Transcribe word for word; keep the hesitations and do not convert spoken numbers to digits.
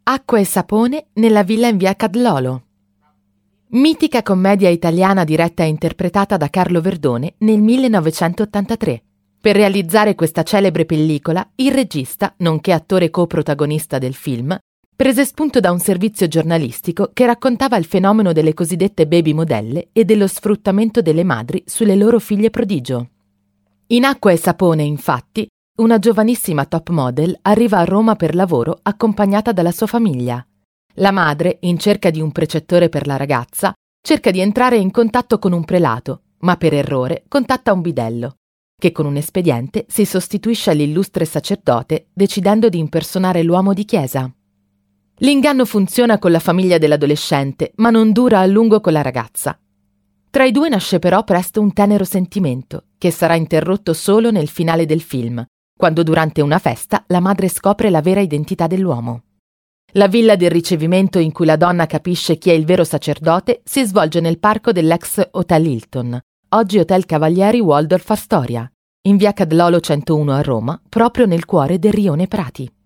Acqua e sapone nella villa in via Cadlolo. Mitica commedia italiana diretta e interpretata da Carlo Verdone nel millenovecentottantatré. Per realizzare questa celebre pellicola, il regista, nonché attore coprotagonista del film, prese spunto da un servizio giornalistico che raccontava il fenomeno delle cosiddette baby modelle e dello sfruttamento delle madri sulle loro figlie prodigio. In Acqua e sapone, infatti, una giovanissima top model arriva a Roma per lavoro accompagnata dalla sua famiglia. La madre, in cerca di un precettore per la ragazza, cerca di entrare in contatto con un prelato, ma per errore contatta un bidello, che con un espediente si sostituisce all'illustre sacerdote decidendo di impersonare l'uomo di chiesa. L'inganno funziona con la famiglia dell'adolescente, ma non dura a lungo con la ragazza. Tra i due nasce però presto un tenero sentimento, che sarà interrotto solo nel finale del film, quando durante una festa la madre scopre la vera identità dell'uomo. La villa del ricevimento in cui la donna capisce chi è il vero sacerdote si svolge nel parco dell'ex Hotel Hilton, oggi Hotel Cavalieri Waldorf Astoria, in via Cadlolo centouno a Roma, proprio nel cuore del Rione Prati.